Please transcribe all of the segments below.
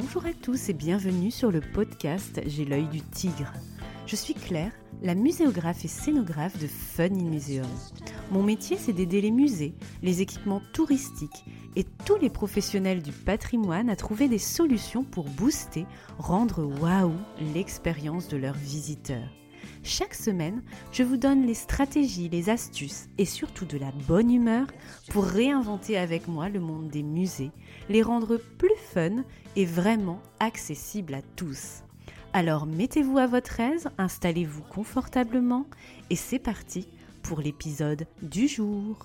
Bonjour à tous et bienvenue sur le podcast J'ai l'œil du tigre. Je suis Claire, la muséographe et scénographe de Fun in Museum. Mon métier, c'est d'aider les musées, les équipements touristiques et tous les professionnels du patrimoine à trouver des solutions pour booster, rendre waouh l'expérience de leurs visiteurs. Chaque semaine, je vous donne les stratégies, les astuces et surtout de la bonne humeur pour réinventer avec moi le monde des musées, les rendre plus fun et vraiment accessibles à tous. Alors mettez-vous à votre aise, installez-vous confortablement et c'est parti pour l'épisode du jour.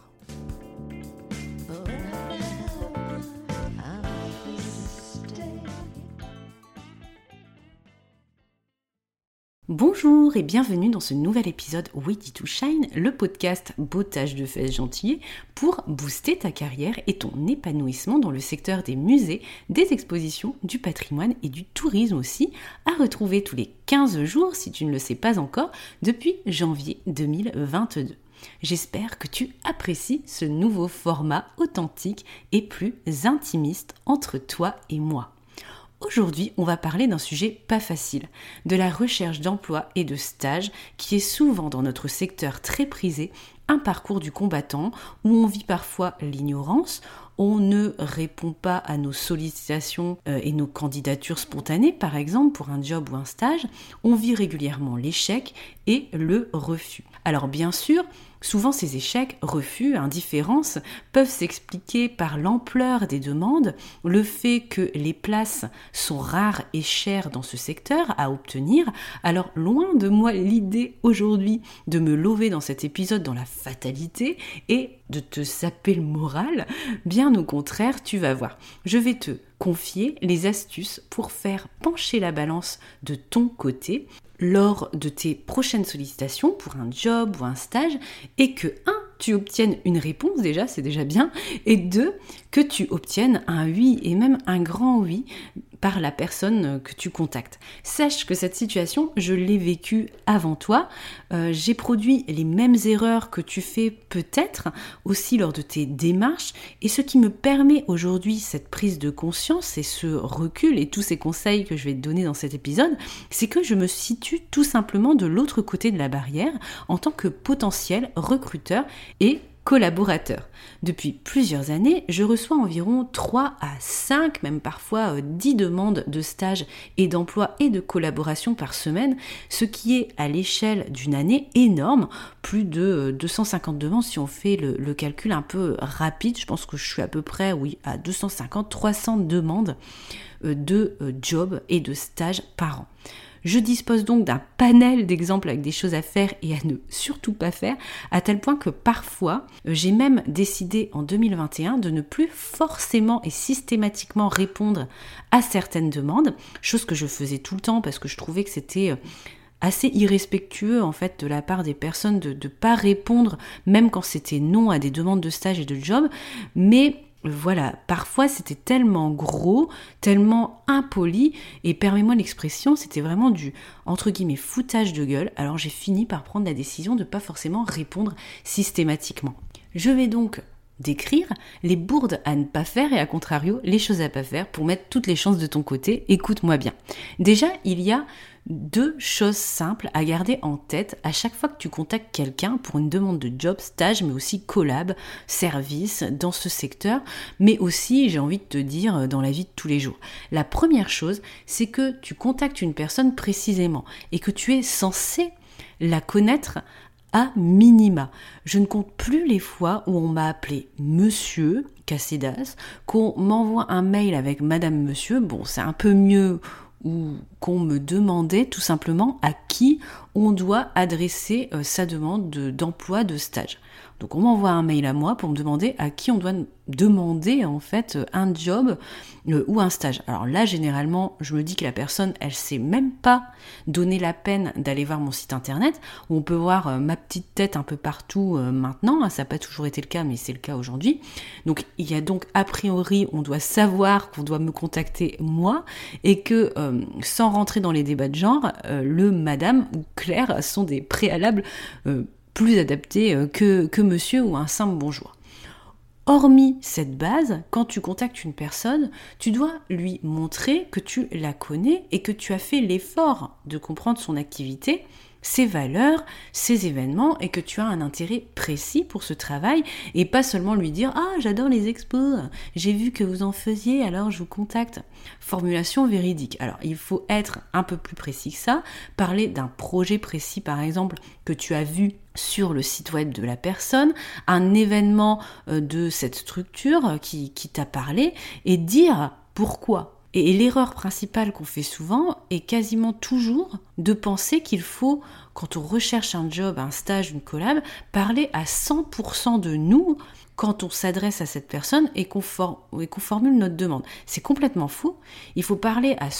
Bonjour et bienvenue dans ce nouvel épisode Ready to Shine, le podcast bottage de fesses gentillet pour booster ta carrière et ton épanouissement dans le secteur des musées, des expositions, du patrimoine et du tourisme aussi, à retrouver tous les 15 jours si tu ne le sais pas encore depuis janvier 2022. J'espère que tu apprécies ce nouveau format authentique et plus intimiste entre toi et moi. Aujourd'hui, on va parler d'un sujet pas facile, de la recherche d'emploi et de stage qui est souvent dans notre secteur très prisé, un parcours du combattant où on vit parfois l'ignorance, on ne répond pas à nos sollicitations et nos candidatures spontanées, par exemple pour un job ou un stage, on vit régulièrement l'échec et le refus. Alors bien sûr, souvent ces échecs, refus, indifférences peuvent s'expliquer par l'ampleur des demandes, le fait que les places sont rares et chères dans ce secteur à obtenir. Alors loin de moi l'idée aujourd'hui de me lever dans cet épisode dans la fatalité et de te saper le moral, bien au contraire, tu vas voir. Je vais te confier les astuces pour faire pencher la balance de ton côté lors de tes prochaines sollicitations pour un job ou un stage et que 1. Tu obtiennes une réponse déjà, c'est déjà bien, et 2. Que tu obtiennes un oui et même un grand oui par la personne que tu contactes. Sache que cette situation, je l'ai vécue avant toi. J'ai produit les mêmes erreurs que tu fais peut-être aussi lors de tes démarches et ce qui me permet aujourd'hui cette prise de conscience et ce recul et tous ces conseils que je vais te donner dans cet épisode, c'est que je me situe tout simplement de l'autre côté de la barrière en tant que potentiel recruteur et collaborateur. Depuis plusieurs années, je reçois environ 3 à 5, même parfois 10 demandes de stage et d'emploi et de collaboration par semaine, ce qui est à l'échelle d'une année énorme, plus de 250 demandes si on fait le calcul un peu rapide. Je pense que je suis à peu près, à 250-300 demandes de jobs et de stages par an. Je dispose donc d'un panel d'exemples avec des choses à faire et à ne surtout pas faire, à tel point que parfois, j'ai même décidé en 2021 de ne plus forcément et systématiquement répondre à certaines demandes, chose que je faisais tout le temps parce que je trouvais que c'était assez irrespectueux en fait de la part des personnes de ne pas répondre, même quand c'était non à des demandes de stage et de job, mais voilà, parfois c'était tellement gros, tellement impoli, et permets-moi l'expression, c'était vraiment du, entre guillemets, foutage de gueule, alors j'ai fini par prendre la décision de ne pas forcément répondre systématiquement. Je vais donc décrire les bourdes à ne pas faire et à contrario, les choses à pas faire pour mettre toutes les chances de ton côté. Écoute-moi bien. Déjà, il y a 2 choses simples à garder en tête à chaque fois que tu contactes quelqu'un pour une demande de job, stage, mais aussi collab, service dans ce secteur, mais aussi, j'ai envie de te dire, dans la vie de tous les jours. La première chose, c'est que tu contactes une personne précisément et que tu es censé la connaître à minima. Je ne compte plus les fois où on m'a appelé Monsieur Cacedas, qu'on m'envoie un mail avec Madame Monsieur, bon c'est un peu mieux, ou qu'on me demandait tout simplement à qui on doit adresser sa demande d'emploi, de stage. Donc on m'envoie un mail à moi pour me demander à qui on doit demander en fait un job ou un stage. Alors là généralement je me dis que la personne elle s'est même pas donné la peine d'aller voir mon site internet où on peut voir ma petite tête un peu partout maintenant, ça n'a pas toujours été le cas mais c'est le cas aujourd'hui. Donc il y a donc a priori on doit savoir qu'on doit me contacter moi et que sans rentrer dans les débats de genre, le madame ou Claire sont des préalables plus adaptés que monsieur ou un simple bonjour. Hormis cette base, quand tu contactes une personne, tu dois lui montrer que tu la connais et que tu as fait l'effort de comprendre son activité, ses valeurs, ses événements et que tu as un intérêt précis pour ce travail et pas seulement lui dire « Ah, j'adore les expos, j'ai vu que vous en faisiez, alors je vous contacte ». Formulation véridique. Alors, il faut être un peu plus précis que ça, parler d'un projet précis par exemple que tu as vu sur le site web de la personne, un événement de cette structure qui t'a parlé et dire pourquoi. Et l'erreur principale qu'on fait souvent est quasiment toujours de penser qu'il faut, quand on recherche un job, un stage, une collab, parler à 100% de nous quand on s'adresse à cette personne et qu'on formule notre demande. C'est complètement faux. Il faut parler à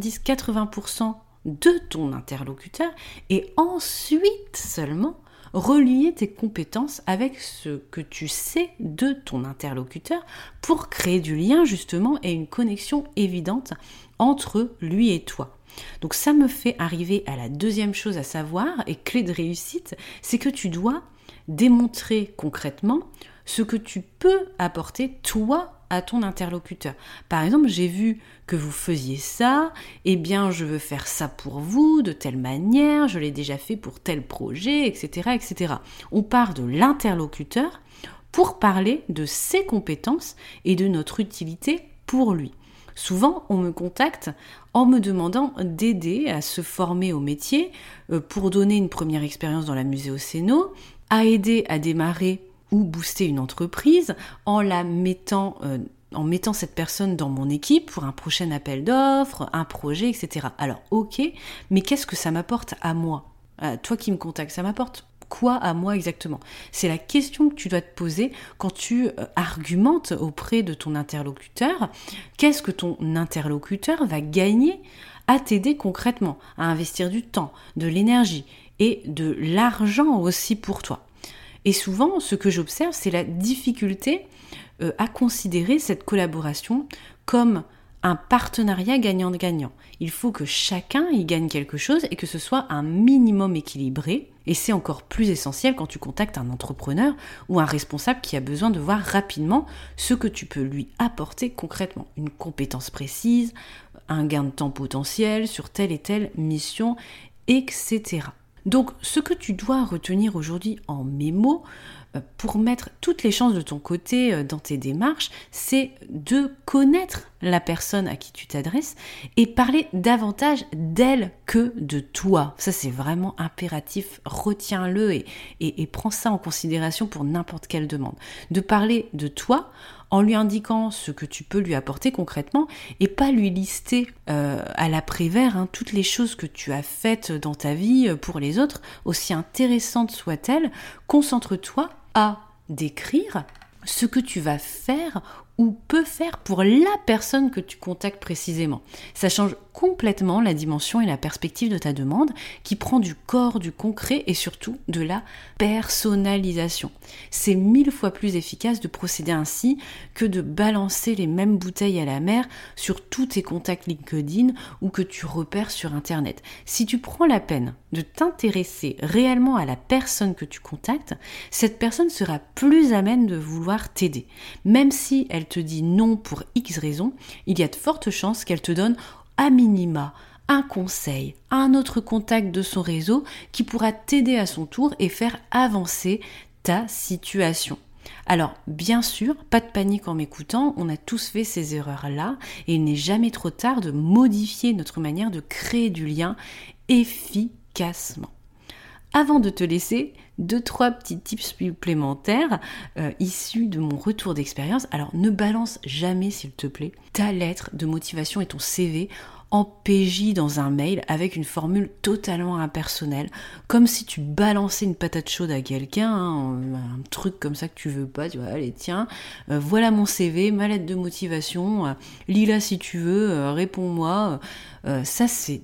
70-80% de ton interlocuteur et ensuite seulement relier tes compétences avec ce que tu sais de ton interlocuteur pour créer du lien justement et une connexion évidente entre lui et toi. Donc ça me fait arriver à la deuxième chose à savoir et clé de réussite, c'est que tu dois démontrer concrètement ce que tu peux apporter toi à ton interlocuteur. Par exemple, j'ai vu que vous faisiez ça, eh bien je veux faire ça pour vous de telle manière, je l'ai déjà fait pour tel projet, etc., etc. On part de l'interlocuteur pour parler de ses compétences et de notre utilité pour lui. Souvent, on me contacte en me demandant d'aider à se former au métier, pour donner une première expérience dans la muséocéno, à aider à démarrer ou booster une entreprise en mettant cette personne dans mon équipe pour un prochain appel d'offres, un projet, etc. Alors, ok, mais qu'est-ce que ça m'apporte à moi ? Toi qui me contactes, ça m'apporte quoi à moi exactement ? C'est la question que tu dois te poser quand tu argumentes auprès de ton interlocuteur. Qu'est-ce que ton interlocuteur va gagner à t'aider concrètement, à investir du temps, de l'énergie et de l'argent aussi pour toi ? Et souvent, ce que j'observe, c'est la difficulté à considérer cette collaboration comme un partenariat gagnant-gagnant. Il faut que chacun y gagne quelque chose et que ce soit un minimum équilibré. Et c'est encore plus essentiel quand tu contactes un entrepreneur ou un responsable qui a besoin de voir rapidement ce que tu peux lui apporter concrètement. Une compétence précise, un gain de temps potentiel sur telle et telle mission, etc. Donc, ce que tu dois retenir aujourd'hui en mémo, pour mettre toutes les chances de ton côté dans tes démarches, c'est de connaître la personne à qui tu t'adresses et parler davantage d'elle que de toi. Ça, c'est vraiment impératif. Retiens-le et prends ça en considération pour n'importe quelle demande. De parler de toi en lui indiquant ce que tu peux lui apporter concrètement et pas lui lister à l'après-vert toutes les choses que tu as faites dans ta vie pour les autres, aussi intéressantes soient-elles. Concentre-toi à décrire ce que tu vas faire ou peux faire pour la personne que tu contactes précisément. Ça change complètement la dimension et la perspective de ta demande qui prend du corps, du concret et surtout de la personnalisation. C'est 1000 fois plus efficace de procéder ainsi que de balancer les mêmes bouteilles à la mer sur tous tes contacts LinkedIn ou que tu repères sur Internet. Si tu prends la peine de t'intéresser réellement à la personne que tu contactes, cette personne sera plus amène de vouloir t'aider. Même si elle te dit non pour X raisons, il y a de fortes chances qu'elle te donne à minima un conseil, un autre contact de son réseau qui pourra t'aider à son tour et faire avancer ta situation. Alors, bien sûr, pas de panique en m'écoutant, on a tous fait ces erreurs-là et il n'est jamais trop tard de modifier notre manière de créer du lien efficacement. Avant de te laisser, 2-3 petits tips supplémentaires issus de mon retour d'expérience. Alors, ne balance jamais, s'il te plaît, ta lettre de motivation et ton CV en PJ dans un mail avec une formule totalement impersonnelle, comme si tu balançais une patate chaude à quelqu'un, un truc comme ça que tu veux pas, tu vois, allez tiens, voilà mon CV, ma lettre de motivation, lis-la si tu veux, réponds-moi. Ça c'est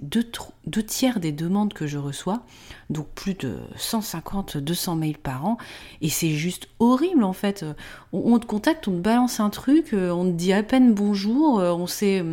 2 tiers des demandes que je reçois, donc plus de 150-200 mails par an, et c'est juste horrible en fait. On te contacte, on te balance un truc, on te dit à peine bonjour, on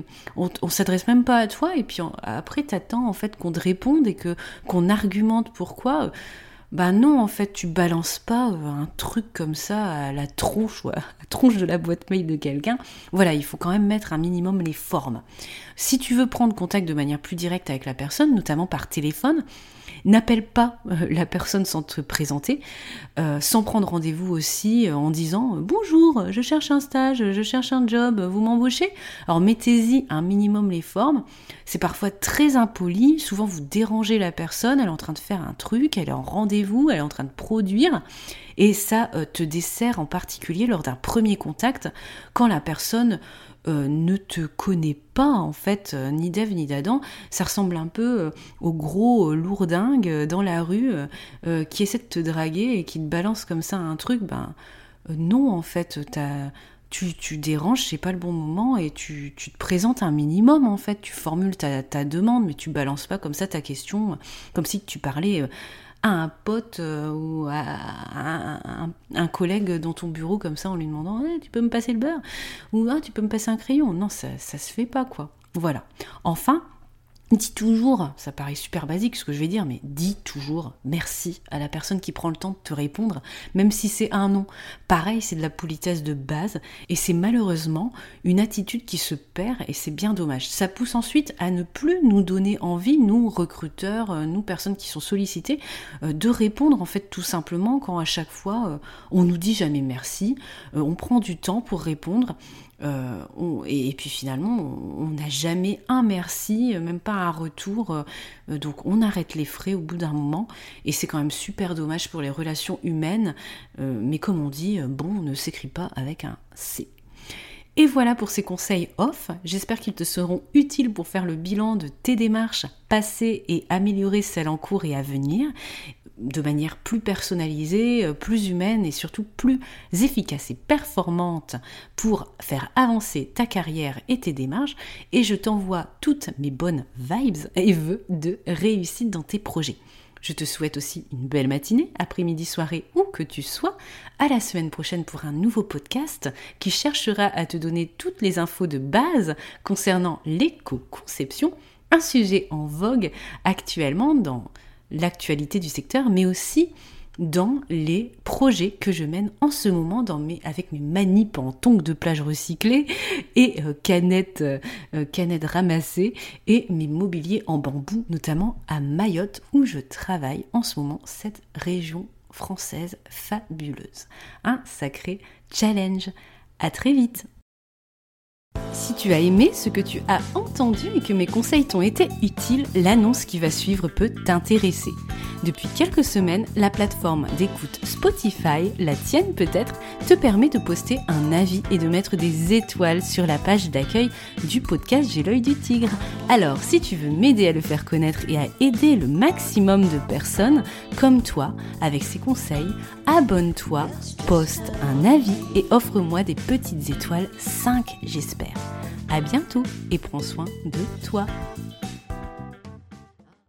s'adresse même pas à toi, et puis après t'attends en fait qu'on te réponde et qu'on argumente pourquoi. bah non, en fait, tu balances pas un truc comme ça à la tronche de la boîte mail de quelqu'un. Voilà, il faut quand même mettre un minimum les formes. Si tu veux prendre contact de manière plus directe avec la personne, notamment par téléphone, n'appelle pas la personne sans te présenter, sans prendre rendez-vous aussi en disant « Bonjour, je cherche un stage, je cherche un job, vous m'embauchez ?» Alors mettez-y un minimum les formes. C'est parfois très impoli, souvent vous dérangez la personne, elle est en train de faire un truc, elle est en rendez-vous, elle est en train de produire, et ça te dessert en particulier lors d'un premier contact, quand la personne ne te connaît pas en fait, ni d'Ève ni d'Adam. Ça ressemble un peu au gros lourdingue dans la rue qui essaie de te draguer et qui te balance comme ça un truc. Non, en fait, tu déranges, c'est pas le bon moment, et tu te présentes un minimum en fait, tu formules ta demande, mais tu balances pas comme ça ta question, comme si tu parlais à un pote ou à un collègue dans ton bureau comme ça en lui demandant tu peux me passer le beurre, ou tu peux me passer un crayon. Non, ça se fait pas quoi. Voilà. Enfin, dis toujours, ça paraît super basique ce que je vais dire, mais dis toujours merci à la personne qui prend le temps de te répondre, même si c'est un non. Pareil, c'est de la politesse de base, et c'est malheureusement une attitude qui se perd, et c'est bien dommage. Ça pousse ensuite à ne plus nous donner envie, nous recruteurs, nous personnes qui sont sollicitées, de répondre en fait tout simplement quand à chaque fois on nous dit jamais merci, on prend du temps pour répondre. Et puis finalement on n'a jamais un merci, même pas un retour, donc on arrête les frais au bout d'un moment, et c'est quand même super dommage pour les relations humaines, mais comme on dit, bon ne s'écrit pas avec un C. Et voilà pour ces conseils off, j'espère qu'ils te seront utiles pour faire le bilan de tes démarches passées et améliorer celles en cours et à venir, de manière plus personnalisée, plus humaine et surtout plus efficace et performante pour faire avancer ta carrière et tes démarches. Et je t'envoie toutes mes bonnes vibes et vœux de réussite dans tes projets. Je te souhaite aussi une belle matinée, après-midi, soirée, où que tu sois. À la semaine prochaine pour un nouveau podcast qui cherchera à te donner toutes les infos de base concernant l'éco-conception, un sujet en vogue actuellement dans l'actualité du secteur, mais aussi dans les projets que je mène en ce moment avec mes manips en tongs de plage recyclés et canettes ramassées, et mes mobiliers en bambou, notamment à Mayotte où je travaille en ce moment, cette région française fabuleuse. Un sacré challenge. À très vite. Si tu as aimé ce que tu as entendu et que mes conseils t'ont été utiles, l'annonce qui va suivre peut t'intéresser. Depuis quelques semaines, la plateforme d'écoute Spotify, la tienne peut-être, te permet de poster un avis et de mettre des étoiles sur la page d'accueil du podcast J'ai l'œil du tigre. Alors, si tu veux m'aider à le faire connaître et à aider le maximum de personnes comme toi avec ces conseils, abonne-toi, poste un avis et offre-moi des petites étoiles, 5 j'espère. À bientôt et prends soin de toi.